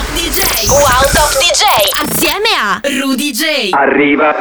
Top DJ. Wow Top DJ. Assieme a Rudy J. Arriva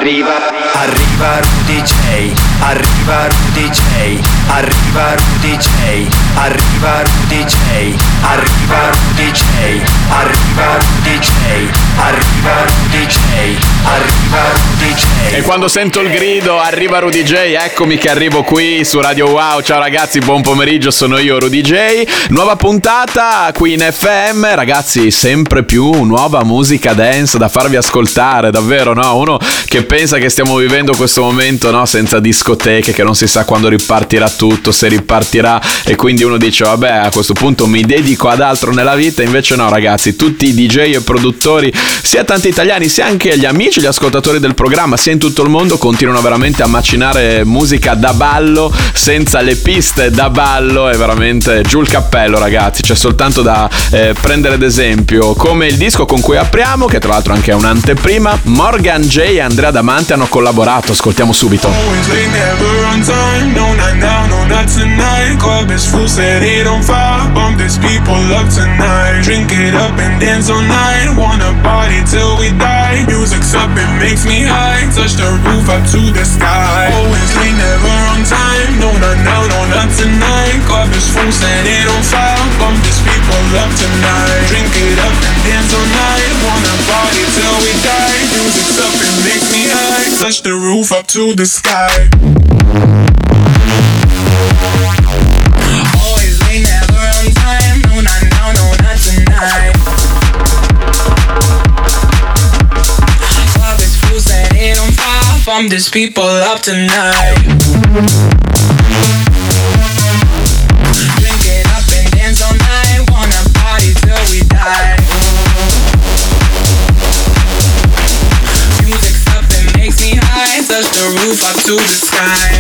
Rudy J. Arriva Rudy J. Arriva Rudy J. Arriva Rudy J. Arriva Rudy J. Arriva Rudy J. Arriva Rudy J. Arriva Rudy J. E quando sento il grido arriva Rudy J, eccomi che arrivo qui su Radio Wow. Ciao ragazzi, buon pomeriggio, sono io Rudy J. Nuova puntata qui in FM, ragazzi, sempre più nuova musica dance da farvi ascoltare, davvero, no? Uno che pensa che stiamo vivendo questo momento, no? Senza discoteche, che non si sa quando ripartirà tutto, se ripartirà, e quindi uno dice vabbè, a questo punto mi dedico ad altro nella vita. Invece no, ragazzi, tutti i DJ e produttori, sia tanti italiani sia anche gli amici, gli ascoltatori del programma, sia in tutto il mondo, continuano veramente a macinare musica da ballo, senza le piste da ballo. È veramente giù il cappello, ragazzi. C'è soltanto da prendere ad esempio come il disco con cui apriamo, che tra l'altro anche è un'anteprima. Morgan J e Andrea Damante hanno collaborato, ascoltiamo subito. Touch the roof up to the sky. Always late, never on time. No, not now, no, not tonight. Garbage full, set it on fire. Bump these people up tonight. Drink it up and dance all night. Wanna party till we die. Music's up, it makes me high. Touch the roof up to the sky. Always late, never on time. No, not now, no, not tonight. Set it on fire, bump these people up tonight. Drink it up and dance all night. Wanna party till we die. Music's up and makes me high. Touch the roof up to the sky.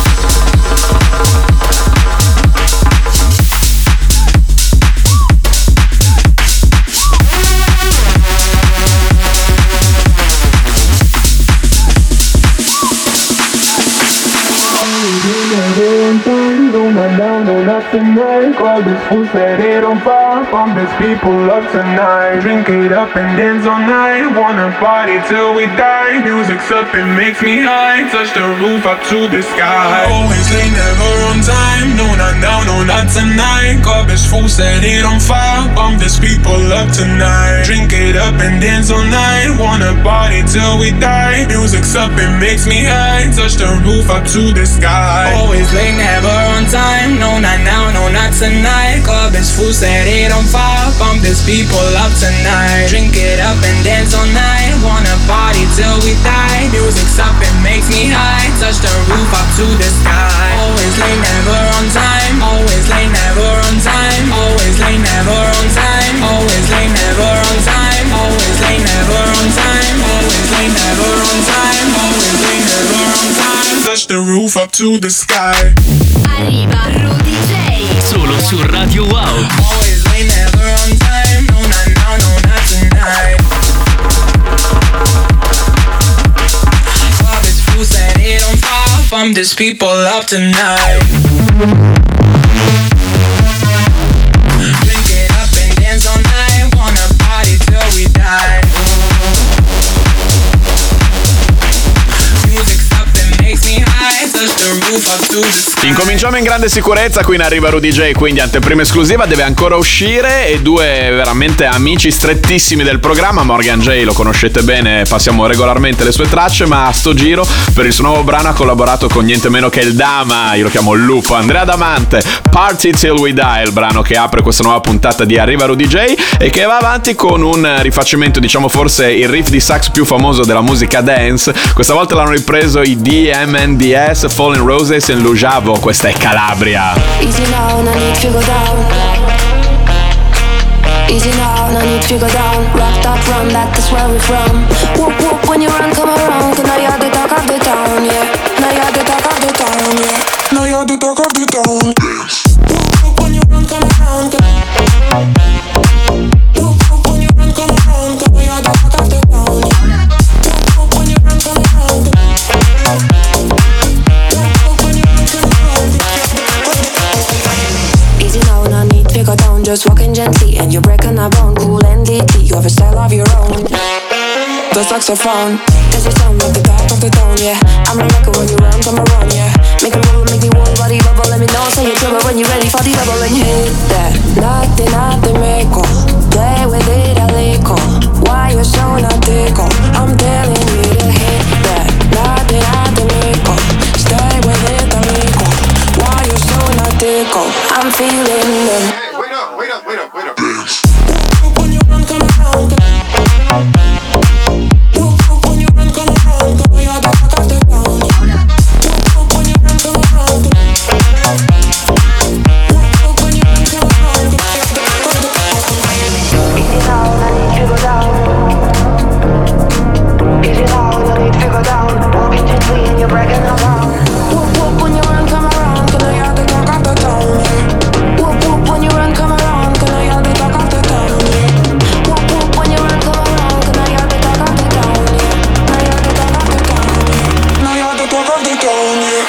Tonight, club is full, set it on fire. Bump these people up tonight. Drink it up and dance all night. Wanna party till we die. Music's up, it makes me high. Touch the roof up to the sky. Always late, never on time. No, not now, no, not tonight. Club is full, set it on fire. Bump these people up tonight. Drink it up and dance all night. Wanna party till we die. Music's up, it makes me high. Touch the roof up to the sky. Always late, never on time. No, not now, no, not tonight. Club is full, set it on fire. Bump these people up tonight. Drink it up and dance all night. Wanna party till we die. Music's up, it makes me high. Touch the roof up to the sky. Always late, never on time. Always late, never on time. Always late, never on time. Always late, never on time. Always late, never on time. Always late, never on time. Always late, never on time. Touch the roof up to the sky. Arriva Rudy J. Solo su Radio Wow. Always late, never on time. No, not now, no, not tonight. Club is full, set it on fire. Bump these people up tonight. Drink it up and dance all night. Wanna party till we die. Music's up and makes me high. Touch the roof up to the sky. Incominciamo in grande sicurezza, qui in Arriva Rudy J, quindi anteprima esclusiva, deve ancora uscire, e due veramente amici strettissimi del programma. Morgan J lo conoscete bene, passiamo regolarmente le sue tracce, ma a sto giro per il suo nuovo brano ha collaborato con niente meno che il Dama, io lo chiamo il lupo, Andrea Damante. Party Till We Die, il brano che apre questa nuova puntata di Arriva Rudy J e che va avanti con un rifacimento, diciamo forse il riff di sax più famoso della musica dance. Questa volta l'hanno ripreso i DMNDS, Fallen Roses in Lujavo. Questa è Calabria. Easy now, no need to go down. Easy now, no need to go down. Rock that run, that's where we're from. Whoop whoop when you run, come around. Cause now you're the talk of the town, yeah. Now you're the talk of the town, yeah. Now you're the talk of the town. Whoop whoop when you run, come around. Whoop whoop when you run, come around. Cause now you're the talk of the town, yeah. Whoop whoop when you run, come around. Easy now, no need to go down. Just walking gently and you break on and I bone. Cool NDT, you have a style of your own. The saxophone, does it sound like the back of the tone, yeah. I'm a record when you run, come around, yeah. Make a move, make the whole body bubble. Let me know, say you're trouble when you're ready for the double. And hit that, nothing, make play with it a little. Why you so not tickle? I'm telling you to hit that, nothing, make stay with it a little. Why you so not tickle? I'm feeling them. Hey, wait up. Dance. When you run, come around. When you run, come around. Come you're the back of the town. When you run, come around. When you run, come around. Easy now, I need to go down. Easy now, I need to go down. Walking gently and you're breaking them down. Whoop, when you run, come around. Can I have the talk of the town? Whoop, when you run, come around. Can I have the talk of the town? Whoop, when you run, come around. Can I have the talk of the town? I have the talk of the town. I have the talk of the town, yeah.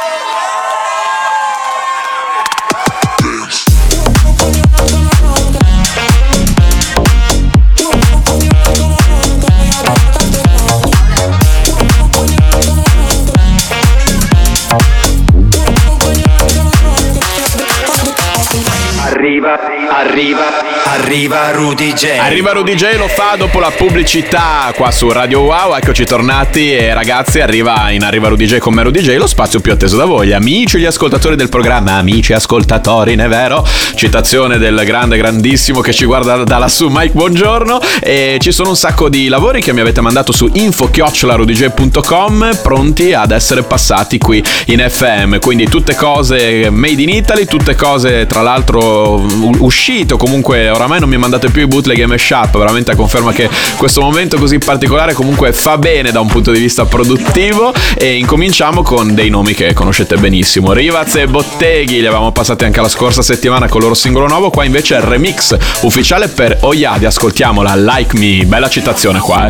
Arriva Rudy J. Arriva Rudy J, lo fa dopo la pubblicità qua su Radio Wow. Eccoci tornati e ragazzi, arriva Rudy J con me Rudy J, lo spazio più atteso da voi, amici gli ascoltatori del programma, amici ascoltatori, ne è vero? Citazione del grandissimo che ci guarda da lassù, Mike, buongiorno. E ci sono un sacco di lavori che mi avete mandato su info@rudyj.com pronti ad essere passati qui in FM, quindi tutte cose made in Italy, tutte cose tra l'altro uscite o comunque oramai non mi mandate più i bootleg e mashup, veramente a conferma che questo momento così particolare comunque fa bene da un punto di vista produttivo. E incominciamo con dei nomi che conoscete benissimo, Rivaz e Botteghi, li avevamo passati anche la scorsa settimana con il loro singolo nuovo, qua invece è il remix ufficiale per Oyadi, ascoltiamola, Like Me, bella citazione qua,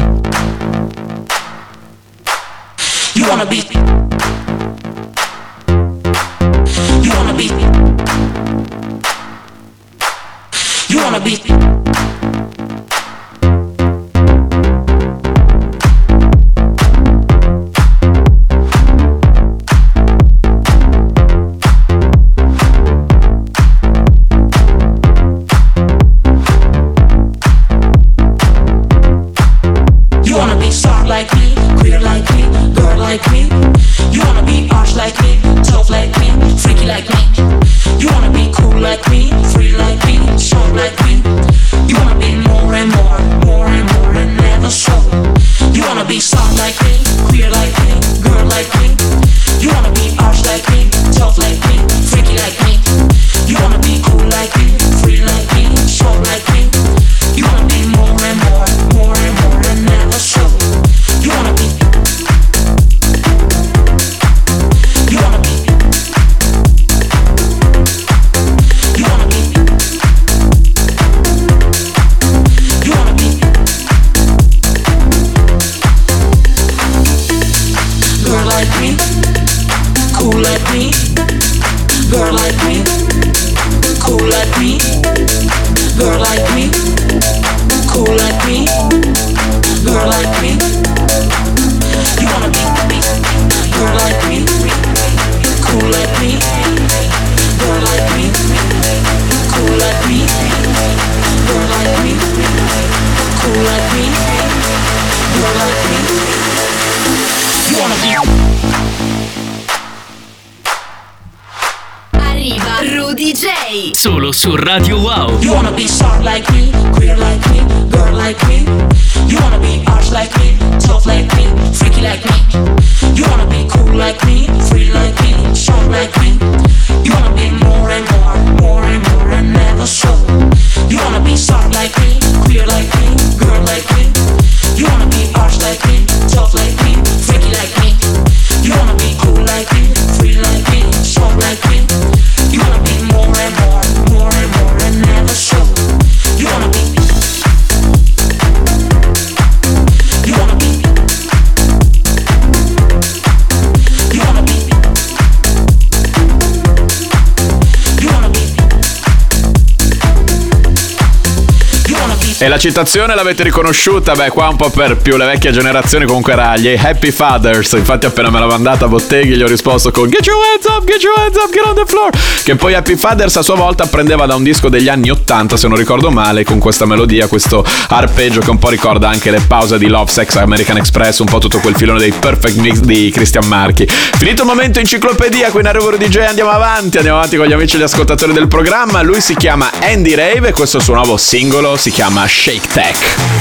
You wanna be. You wanna be. You wanna be. You wanna be soft like me, queer like me, girl like me. You wanna be arch like me, tough like me, freaky like me. You wanna be cool like me, free like me, strong like me. You wanna be more and more and never so. You wanna be soft like me, queer like me, girl like me. You wanna be arch like me, tough like me, freaky like me. You wanna be cool like me, free like me, strong like me. You wanna be more and more and never so. You wanna be. You wanna be. You wanna be. You wanna be. Girl like me, cool like me. Girl like me, cool like me. Girl like me, cool like me. Girl like me. You wanna be. Girl like me, cool like me. Girl like me, cool like me. Girl like me, cool like me. Girl like me. You wanna be. Arriva Rudy J. Solo su Radio Wow. You wanna be soft like me, queer like me, girl like me. You wanna be arch like me, tough like me, freaky like me. You wanna be cool like me, free like me, strong like me. You wanna be more and more and never so. You wanna be soft like me, queer like me, girl like me. You wanna be arch like me, tough like me, freaky like me. You wanna be cool like me, free like me, strong like me. You wanna be more and more and never so. You wanna be. You wanna be. E la citazione l'avete riconosciuta? Beh, qua un po' per più le vecchie generazioni, comunque era gli Happy Fathers. Infatti appena me l'ha mandata a Botteghi gli ho risposto con Get your hands up, get your hands up, get on the floor. Che poi Happy Fathers a sua volta prendeva da un disco degli anni 80, se non ricordo male, con questa melodia, questo arpeggio che un po' ricorda anche le pause di Love, Sex, American Express, un po' tutto quel filone dei Perfect Mix di Christian Marchi. Finito il momento enciclopedia, qui in Arrivo DJ, andiamo avanti con gli amici e gli ascoltatori del programma. Lui si chiama Andy Rave e questo suo nuovo singolo si chiama Shake Tech.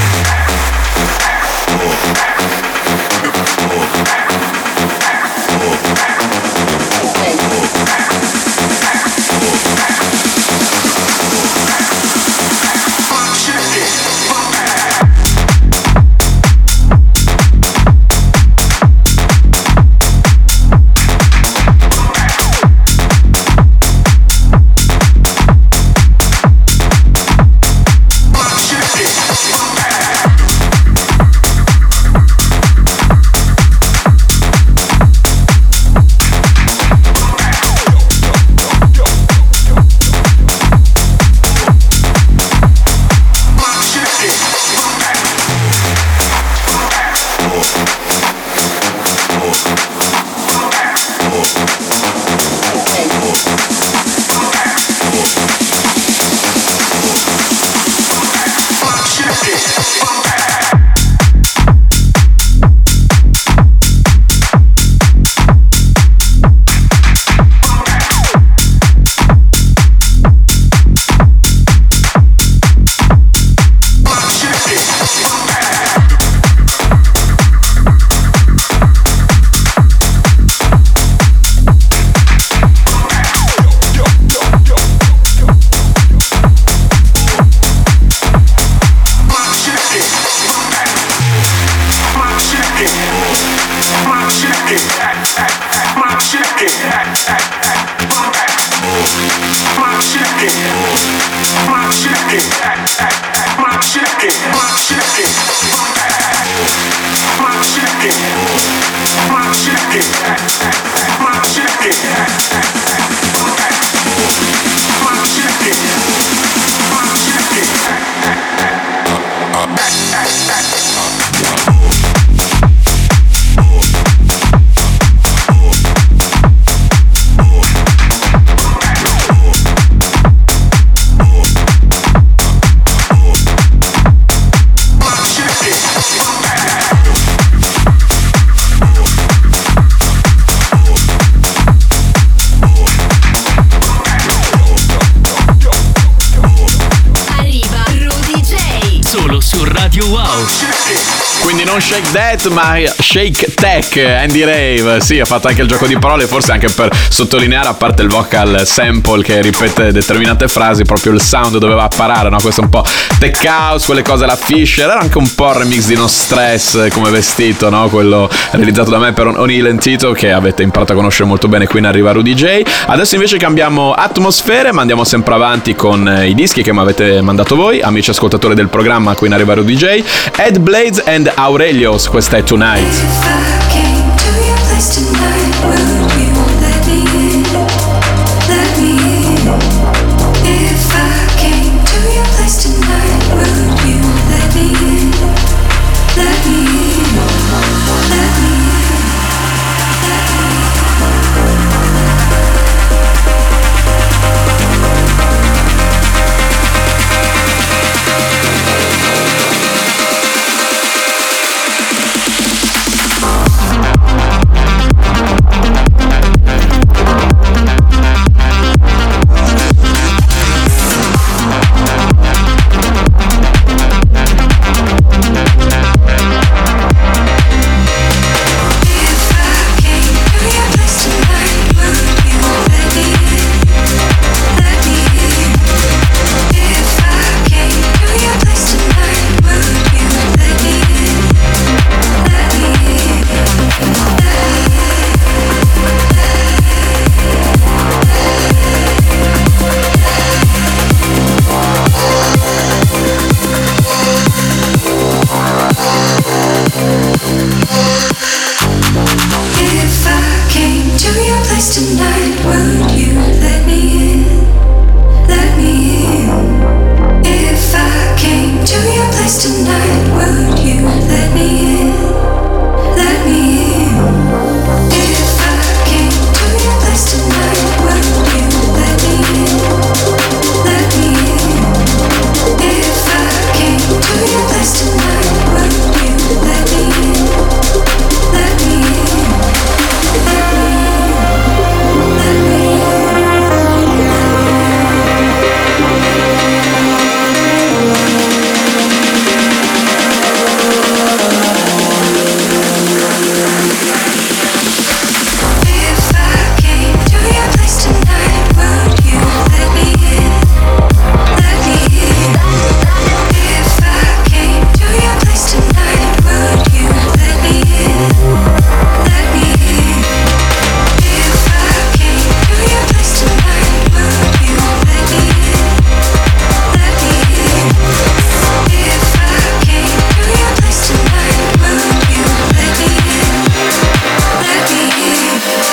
Quindi non Shake That ma Shake Tech, Andy Rave. Sì, ha fatto anche il gioco di parole, forse anche per sottolineare, a parte il vocal sample che ripete determinate frasi, proprio il sound doveva apparare, no? Questo un po' tech house, quelle cose alla Fisher. Era anche un po' il remix di No Stress come vestito, no? Quello realizzato da me per O'Neill and Tito, che avete imparato a conoscere molto bene qui in Arriva Rudy J. Adesso invece cambiamo atmosfere, ma andiamo sempre avanti con i dischi che mi avete mandato voi, amici ascoltatori del programma qui in Arriva Rudy J. Ed Blades and Aurelios, questa è Tonight.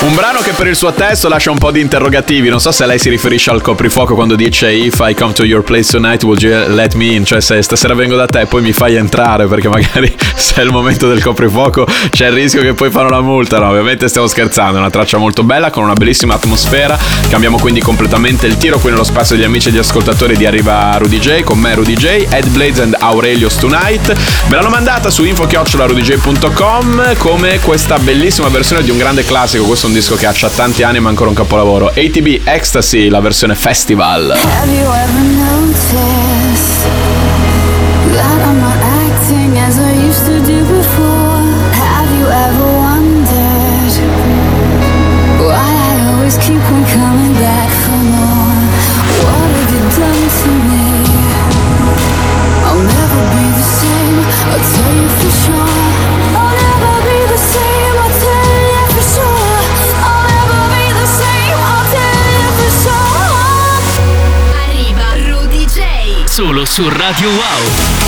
Un brano che per il suo testo lascia un po' di interrogativi. Non so se lei si riferisce al coprifuoco quando dice "If I come to your place tonight, would you let me in?", cioè se stasera vengo da te e poi mi fai entrare, perché magari se è il momento del coprifuoco c'è il rischio che poi fanno la multa. No, ovviamente stiamo scherzando. È una traccia molto bella con una bellissima atmosfera. Cambiamo quindi completamente il tiro qui nello spazio degli amici e degli ascoltatori di Arriva Rudy J, con me Rudy J, Ed Blades and Aurelius Tonight. Me l'hanno mandata su info@rudyj.com come questa bellissima versione di un grande classico. Questo è un disco che ha tanti anni ma ancora un capolavoro. ATB Ecstasy, la versione festival. Have you ever noticed that I'm not acting as I used to do before? Have you ever wondered why I always keep on coming back for more? What have you done to me? I'll never be the same, I'll tell you for sure. I'll never be the same, I'll tell you for sure. I'll never be the same, I'll tell you for sure. Arriva Rudy J. Solo su Radio Wow.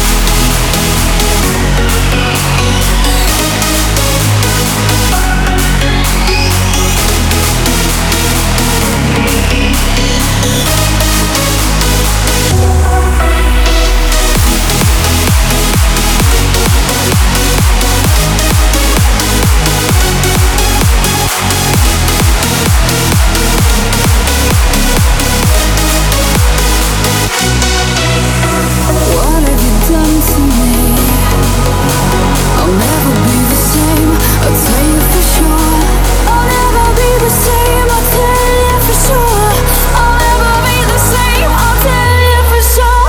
What have you done to me? I'll never be the same, I'll tell you for sure. I'll never be the same, I'll tell you for sure. I'll never be the same, I'll tell you for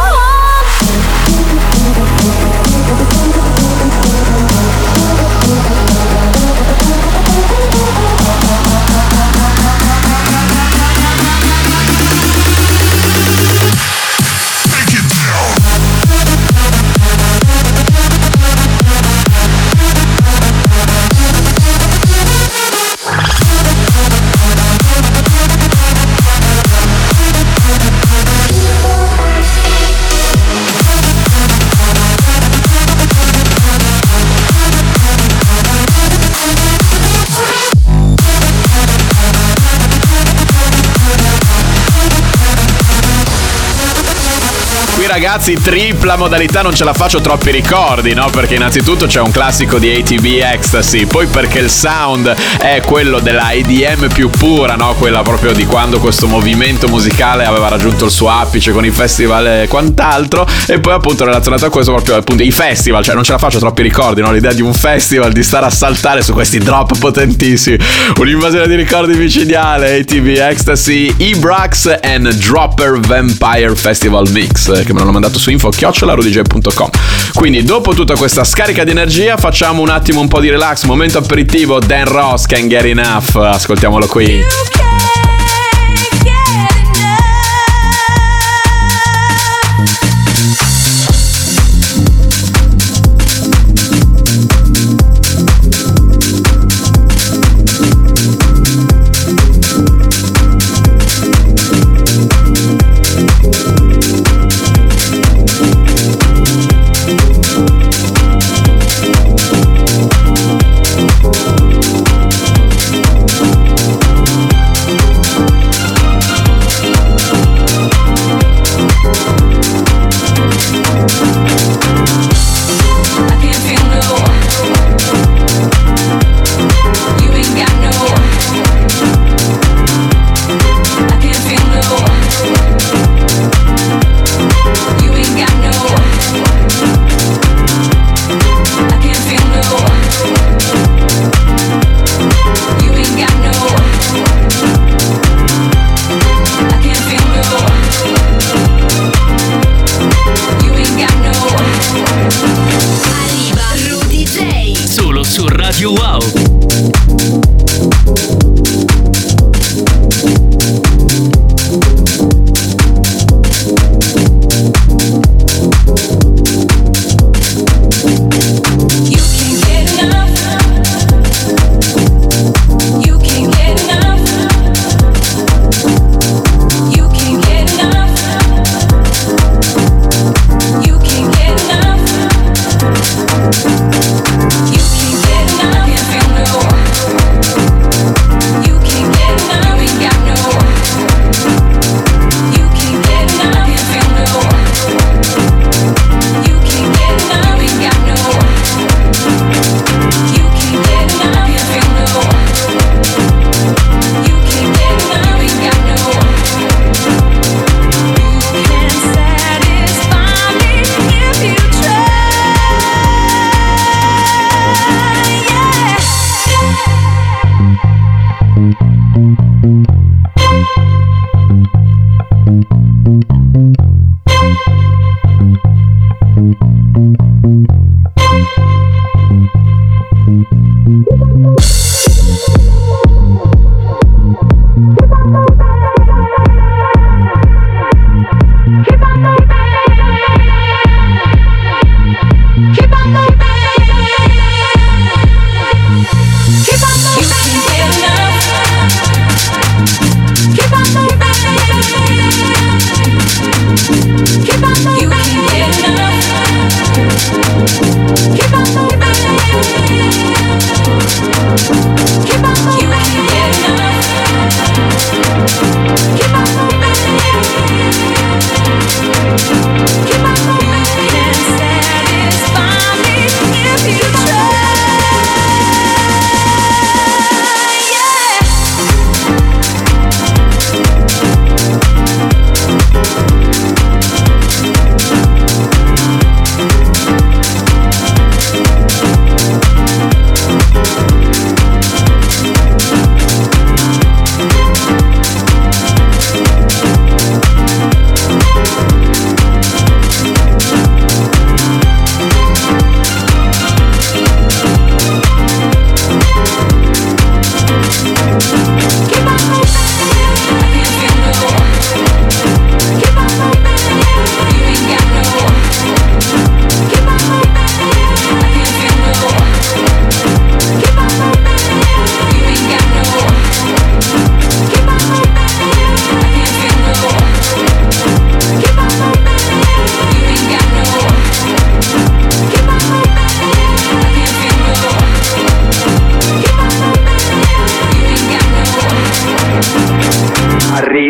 Ragazzi, tripla modalità, non ce la faccio, troppi ricordi, no? Perché innanzitutto c'è un classico di ATB Ecstasy, poi perché il sound è quello della EDM più pura, no? Quella proprio di quando questo movimento musicale aveva raggiunto il suo apice con i festival e quant'altro, e poi appunto relazionato a questo proprio appunto i festival, cioè non ce la faccio, troppi ricordi, no? L'idea di un festival, di stare a saltare su questi drop potentissimi, un'invasione di ricordi micidiale. ATB Ecstasy, Ebrax and Dropper Vampire Festival Mix, che me l'hanno mandato su info@rudyj.com. Quindi dopo tutta questa scarica di energia facciamo un attimo un po' di relax, momento aperitivo. Dan Ross, Can't Get Enough, ascoltiamolo qui.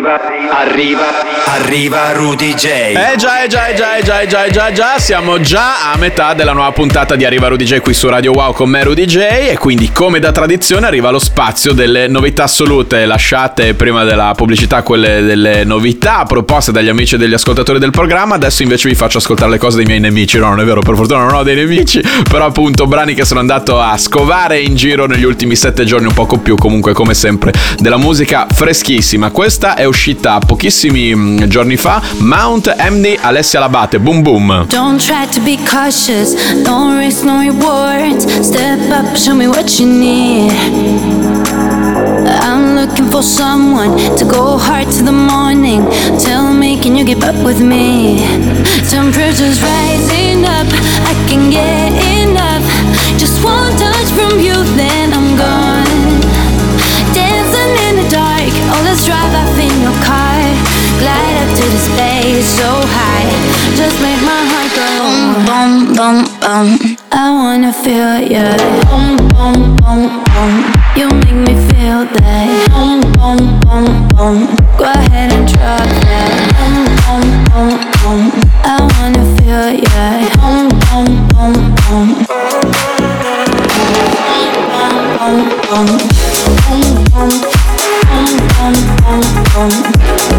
Arriva Rudy J. Già, siamo già a metà della nuova puntata di Arriva Rudy J qui su Radio Wow con me Rudy J, e quindi come da tradizione arriva lo spazio delle novità assolute, lasciate prima della pubblicità quelle delle novità proposte dagli amici e degli ascoltatori del programma. Adesso invece vi faccio ascoltare le cose dei miei nemici. No, non è vero, per fortuna non ho dei nemici, però appunto brani che sono andato a scovare in giro negli ultimi 7 giorni, un poco più, comunque come sempre della musica freschissima. Questa è uscita pochissimi giorni fa, Mount MD, Alessia Labate, Boom Boom. Don't try to be cautious, no risk, no rewards. Step up, show me what you need. I'm looking for someone to go hard to the morning. Tell me, can you keep up with me? Temperature's rising up, I can get enough. Just one touch from you, then I'm gone. Dancing in the dark, oh let's drive off in your car. Glide up to the space so high, just make my heart go boom, boom, boom, boom. I wanna feel ya, boom, boom, boom, boom. You make me feel that, boom, boom, boom, boom. Go ahead and drop that, boom, boom, boom, boom. I wanna feel ya, boom, boom, boom, boom. Boom, boom, boom, boom, boom, boom, boom, boom, boom.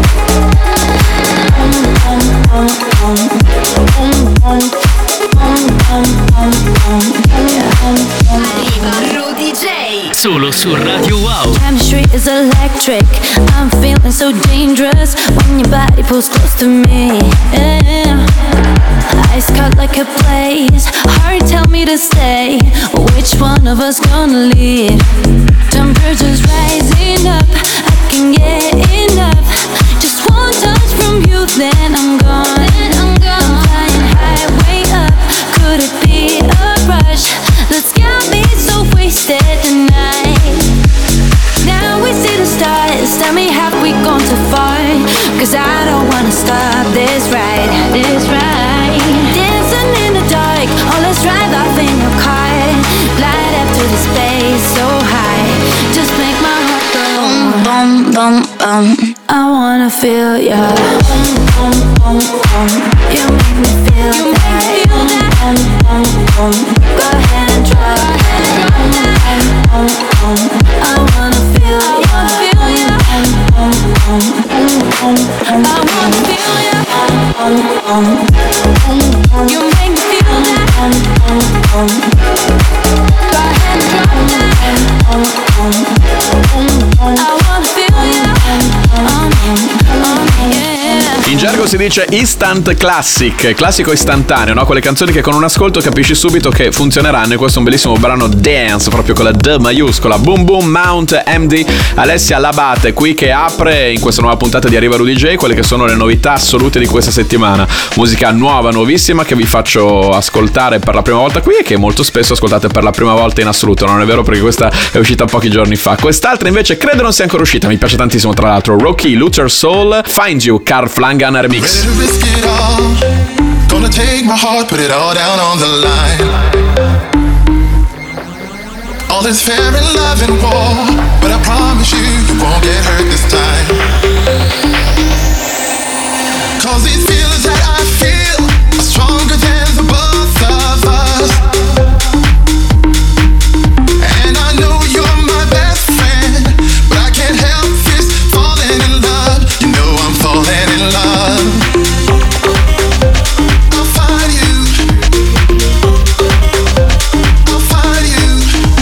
Rudy J. Solo su Radio Wow. Chemistry is electric. I'm feeling so dangerous when your body pulls close to me. Yeah. Eyes cut like a blaze. Heart tell me to stay. Which one of us gonna lead? Temperature's rising up. I can get enough. Just one touch from you, then I'm gone. I'm flying high, way up. Could it be a rush? Let's get me so wasted tonight. Now we see the stars. Tell me, have we gone too far? Cause I don't wanna stop this ride. Dancing in the dark, oh let's drive off in your car. Glide up to the space so high, just make my heart go boom, boom, boom. I wanna feel ya, boom, boom, boom, boom. You make me feel that, boom, boom, boom, boom. Go ahead and drop that, boom, boom, boom, boom. I wanna feel ya, boom, boom, boom, boom. I wanna feel ya, boom, boom, boom, boom. You make me feel that, boom, boom, boom. Go ahead and drop that, boom, boom, boom, boom. I wanna feel ya, yeah. In gergo si dice instant classic, classico istantaneo, no? Quelle canzoni che con un ascolto capisci subito che funzioneranno, e questo è un bellissimo brano dance, proprio con la D maiuscola. Boom Boom, Mount MD, Alessia Labate, qui che apre in questa nuova puntata di Arriva Rudy J quelle che sono le novità assolute di questa settimana. Musica nuova, nuovissima, che vi faccio ascoltare per la prima volta qui e che molto spesso ascoltate per la prima volta in assoluto. Non è vero, perché questa è uscita pochi giorni fa. Quest'altra invece credo non sia ancora uscita, mi piace tantissimo tra l'altro. Rocky, Luther Soul, Find You, Carl Flangan Remix. Ready to risk it all. Gonna take my heart, put it all down on the line. All is fair in love and war, but I promise you won't get hurt this time. 'Cause these feelings that I feel are stronger than the both of us. And I know you're my best friend, but I can't help this falling in love. You know I'm falling in love. I'll find you. I'll find you.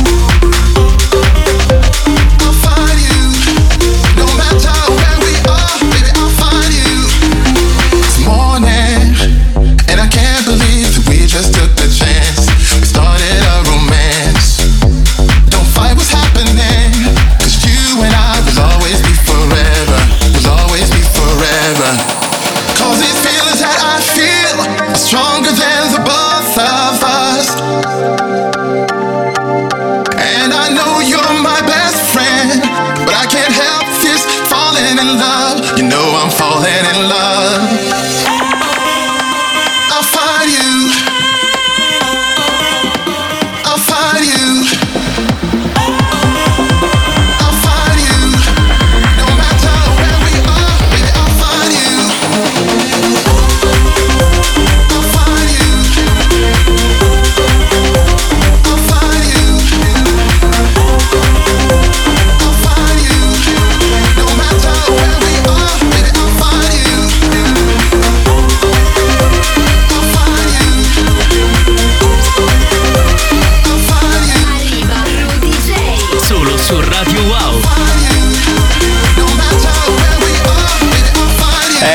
I'll find you. No matter where we are, baby, I'll find you. It's morning, and I can't believe that we just took the chance. We started a romance. Don't fight what's happening, 'cause you and I will always be forever. Will always be forever. 'Cause these feelings that I feel are stronger than the both of us. And I know you're my best friend, but I can't help this falling in love. You know I'm falling in love. I'll find you. I'll find you. I'll find you. No matter where we are,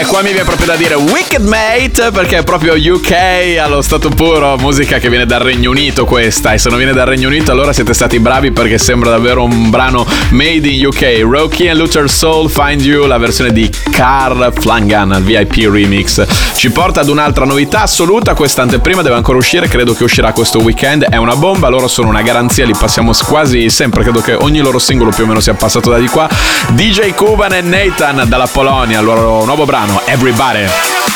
Qua mi viene proprio da dire Wicked Mate, perché è proprio UK allo stato puro, musica che viene dal Regno Unito questa, e se non viene dal Regno Unito allora siete stati bravi, perché sembra davvero un brano made in UK. Rocky and Luther Soul, Find You, la versione di Carl Flanagan, VIP remix, ci porta ad un'altra novità assoluta. Questa anteprima deve ancora uscire, credo che uscirà questo weekend, è una bomba, loro sono una garanzia, li passiamo quasi sempre, credo che ogni loro singolo più o meno sia passato da di qua. DJ Kuban e Nathan dalla Polonia, il loro nuovo brano Everybody.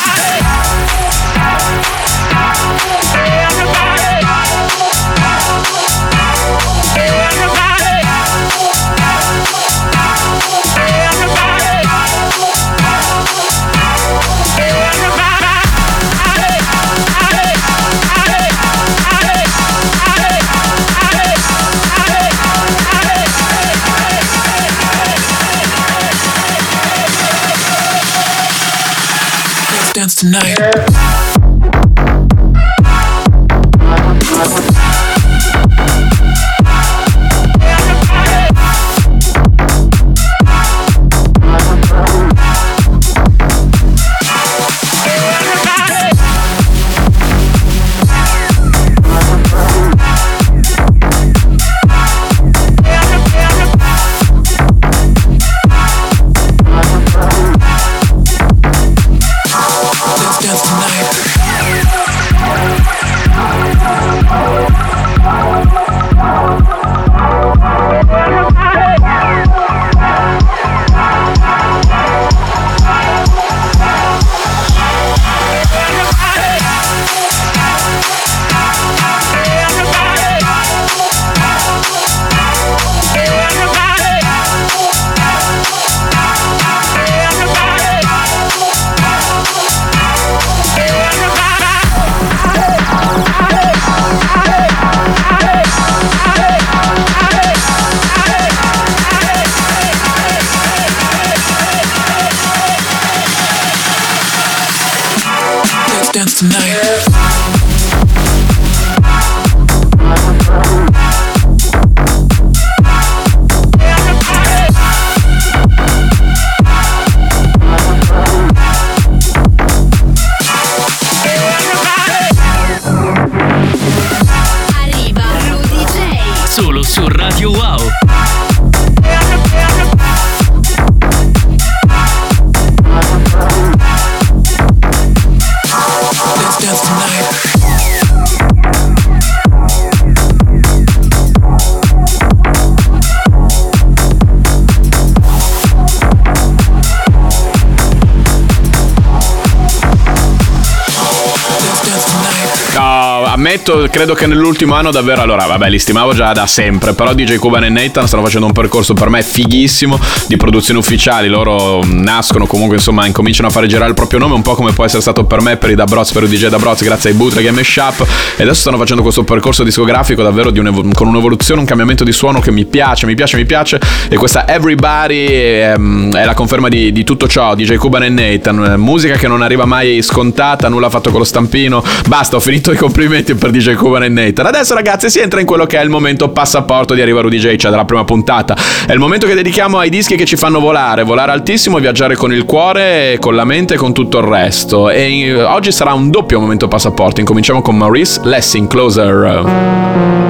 Dance tonight. Dance tonight. Arriva Rudy J. Solo su Radio Wow. Let's dance tonight. No, ammetto, credo che nell'ultimo anno davvero, allora vabbè, li stimavo già da sempre, però DJ Kuban e Nathan stanno facendo un percorso per me fighissimo di produzioni ufficiali. Loro nascono comunque, insomma, incominciano a fare girare il proprio nome, un po' come può essere stato per me, per i Dabroz, per il DJ Dabroz, grazie ai bootleg e mashup, e adesso stanno facendo questo percorso discografico davvero con un'evoluzione, un cambiamento di suono che mi piace, e questa Everybody è la conferma di tutto ciò. DJ Kuban e Nathan, musica che non arriva mai scontata, nulla fatto con lo stampino. Basta, ho finito i complimenti per DJ Kuban e Nathan. Adesso ragazzi si entra in quello che è il momento passaporto di Arriva Rudy J, cioè della prima puntata. È il momento che dedichiamo ai dischi che ci fanno volare altissimo e viaggiare con il cuore, con la mente e con tutto il resto. E oggi sarà un doppio momento passaporto. Incominciamo con Maurice Lessing, Closer.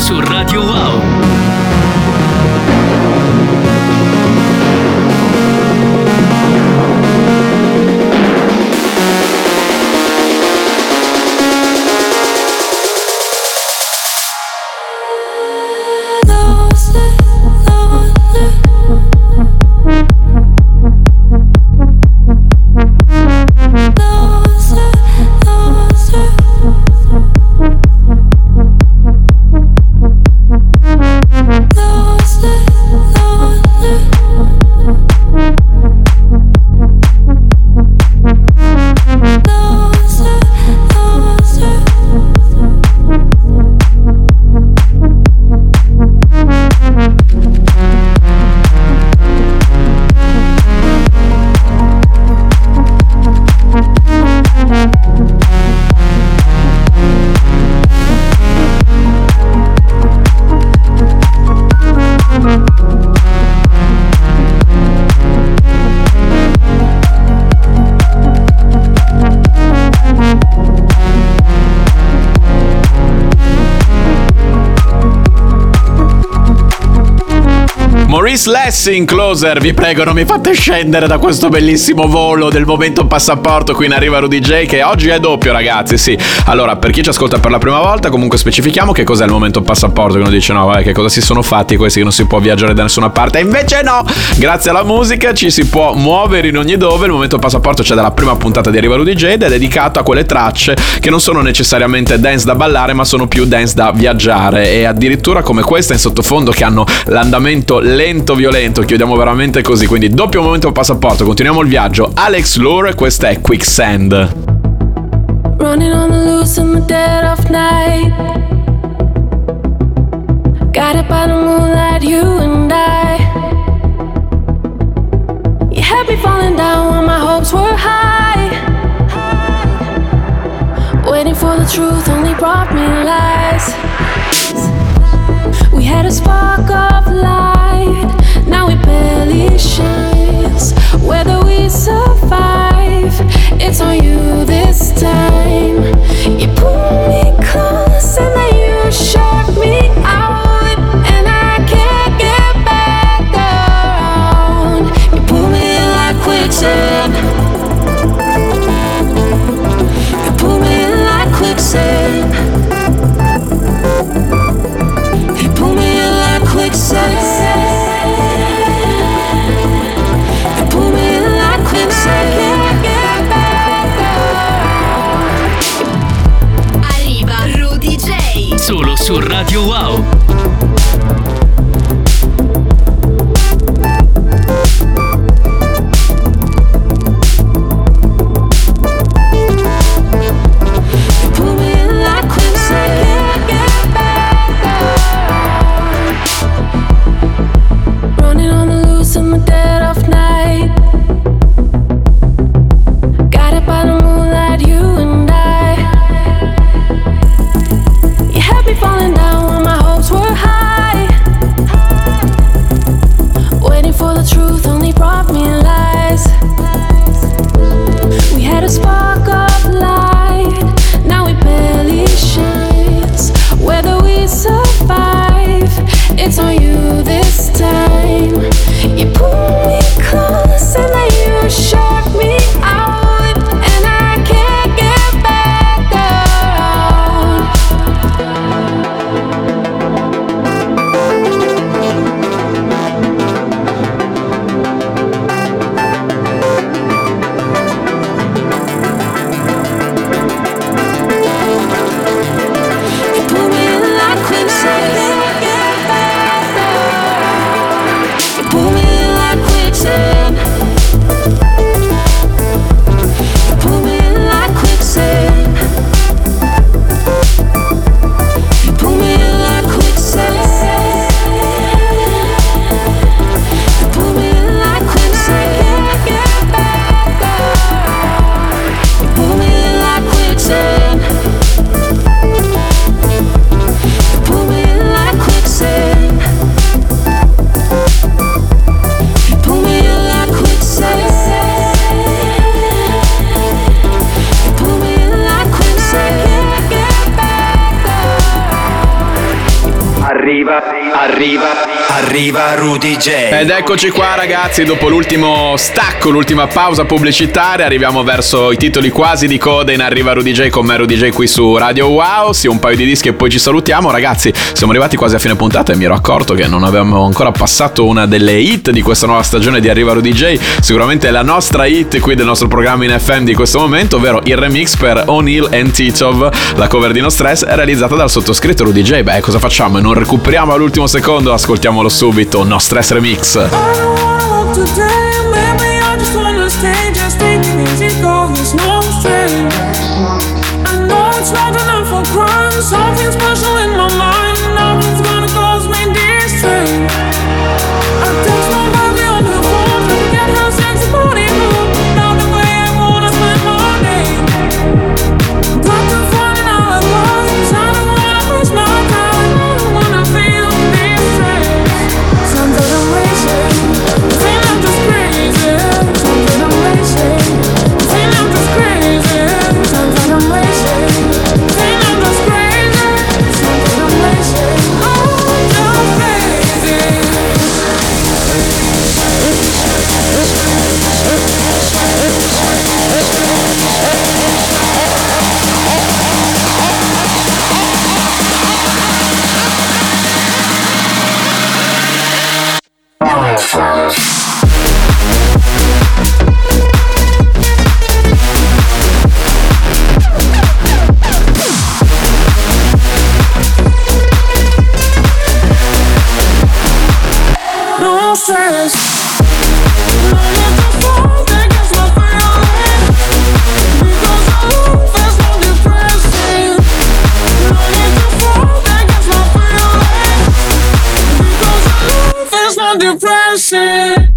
su Radio Wow. Maurice Lessing, Closer, vi prego non mi fate scendere da questo bellissimo volo del momento passaporto qui in Arriva Rudy J, che oggi è doppio, ragazzi, sì. Allora, per chi ci ascolta per la prima volta, comunque specifichiamo che cos'è il momento passaporto, che uno dice no, che cosa si sono fatti questi, che non si può viaggiare da nessuna parte, e invece no, grazie alla musica ci si può muovere in ogni dove. Il momento passaporto c'è dalla prima puntata di Arriva Rudy J ed è dedicato a quelle tracce che non sono necessariamente dance da ballare, ma sono più dance da viaggiare, e addirittura come questa in sottofondo che hanno l'andamento lento violento, chiudiamo veramente così, quindi doppio momento passaporto, continuiamo il viaggio. Alex Lure, questa è Quicksand. Running on the loose in the dead of night, guided by the moonlight, you and I. You had me falling down when my hopes were high, waiting for the truth only brought me lies. We had a spark of light, now it barely shines. Whether we survive, it's on you this time. You pull me close and then you shut me out, and I can't get back around. You pull me like quicksand. You pull me like quicksand. You pull me like quicksand. You pull me like quicksand. Arriva Rudy J. Solo su Radio Wow. Falling down when my hopes were Arriva Rudy J. Ed eccoci qua ragazzi, dopo l'ultimo stacco, l'ultima pausa pubblicitaria, arriviamo verso i titoli quasi di coda in Arriva Rudy J con me Rudy J qui su Radio Wow. Sì, un paio di dischi e poi ci salutiamo ragazzi. Siamo arrivati quasi a fine puntata e mi ero accorto che non avevamo ancora passato una delle hit di questa nuova stagione di Arriva Rudy J. Sicuramente la nostra hit qui del nostro programma in FM di questo momento, ovvero il remix per O'Neill and Titov, la cover di No Stress realizzata dal sottoscritto Rudy J. Beh, cosa facciamo? Non recuperiamo all'ultimo secondo, ascoltiamolo subito. No Stress Remix. Something special in my mind, nothing's gonna cause me distress. I text my baby on the phone, trying to get her sexy body moved. Not the way I wanna spend my day. Got to find an alibi, 'cause I don't wanna waste my time. I don't wanna feel distress. Something I'm racing, feel I'm just crazy. Something I'm racing, feel I'm just crazy. Something I'm racing, feel I'm just crazy. No stress. Depressing.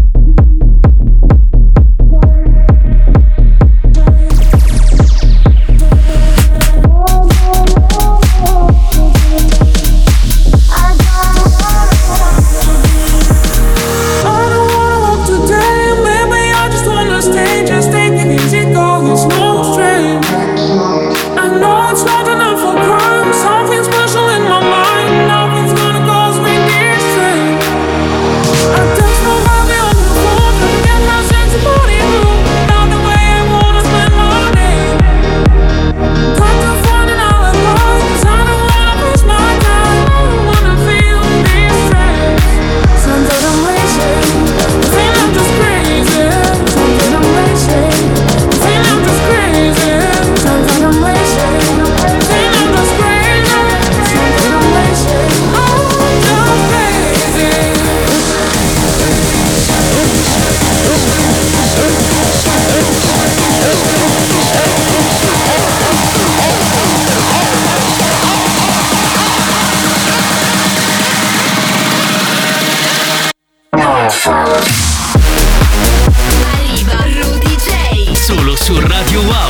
Arriva Rudy J. Solo su Radio Wow.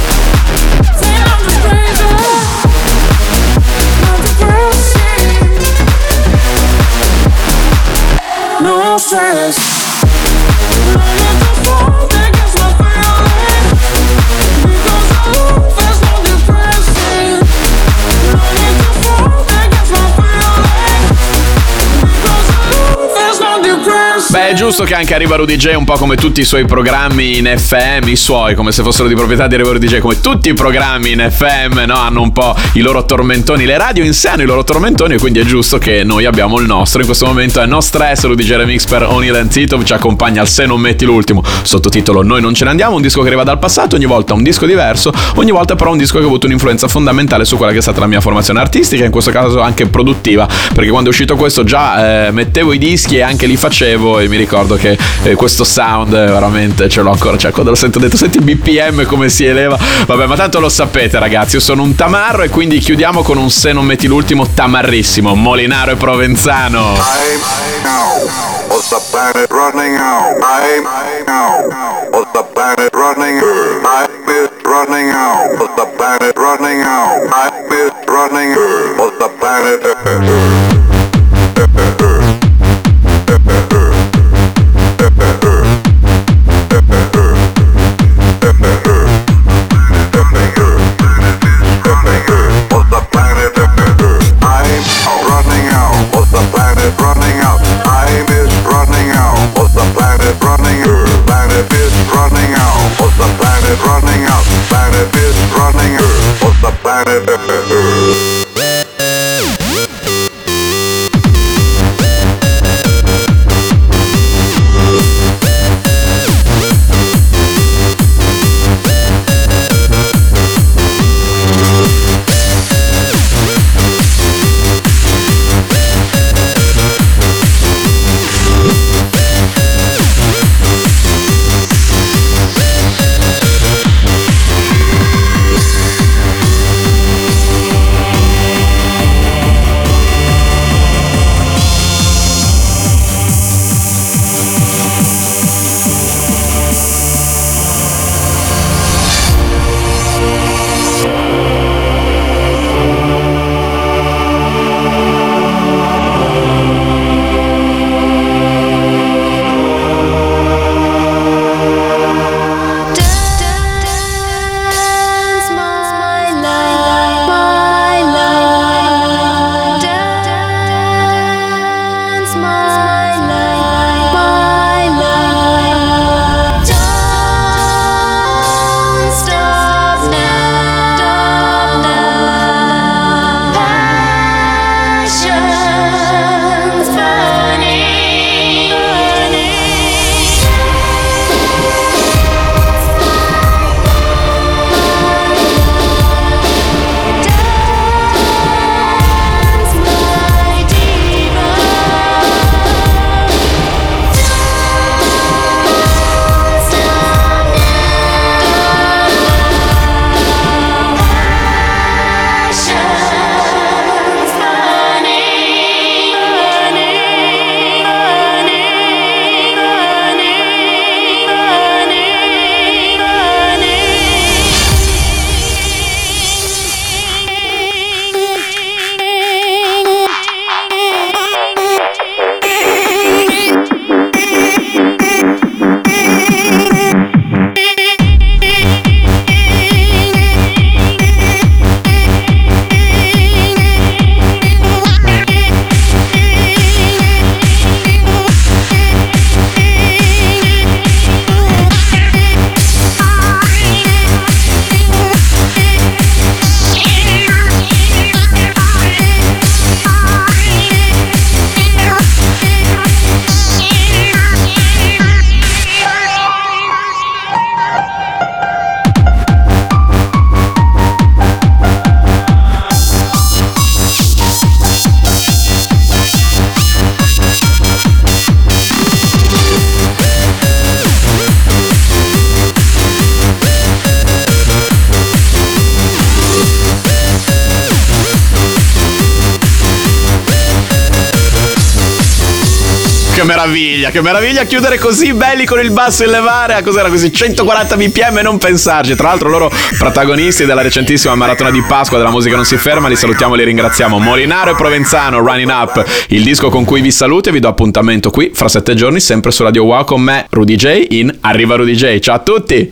No stress. Beh, è giusto che anche Arriva Rudy J, un po' come tutti i suoi programmi in FM, i suoi, come se fossero di proprietà di Arriva Rudy J, come tutti i programmi in FM, no? Hanno un po' i loro tormentoni, le radio in sé hanno i loro tormentoni, e quindi è giusto che noi abbiamo il nostro. In questo momento è No Stress, Rudy J Remix per O'Neill and Titov, ci accompagna al Se non metti l'ultimo, sottotitolo Noi non ce ne andiamo, un disco che arriva dal passato, ogni volta un disco diverso, ogni volta però un disco che ha avuto un'influenza fondamentale su quella che è stata la mia formazione artistica, in questo caso anche produttiva, perché quando è uscito questo già mettevo i dischi e anche li facevo, e mi ricordo che questo sound veramente ce l'ho ancora, cioè quando lo sento dentro, senti il BPM come si eleva, vabbè, ma tanto lo sapete ragazzi, io sono un tamarro e quindi chiudiamo con un Se non metti l'ultimo tamarrissimo, molinaro e provenzano. What's the planet running out? What's the planet running out? I'm running out. What's the planet running out? I'm running out. What's the planet? What's the planet? I'm running out. planet. Che meraviglia chiudere così belli con il basso in levare a cos'era così 140 bpm e non pensarci. Tra l'altro loro protagonisti della recentissima maratona di Pasqua della musica non si ferma, li salutiamo e li ringraziamo. Molinaro e Provenzano, Running Up, il disco con cui vi saluto e vi do appuntamento qui fra 7 giorni sempre su Radio Wow con me, Rudy J in Arriva Rudy J. Ciao a tutti!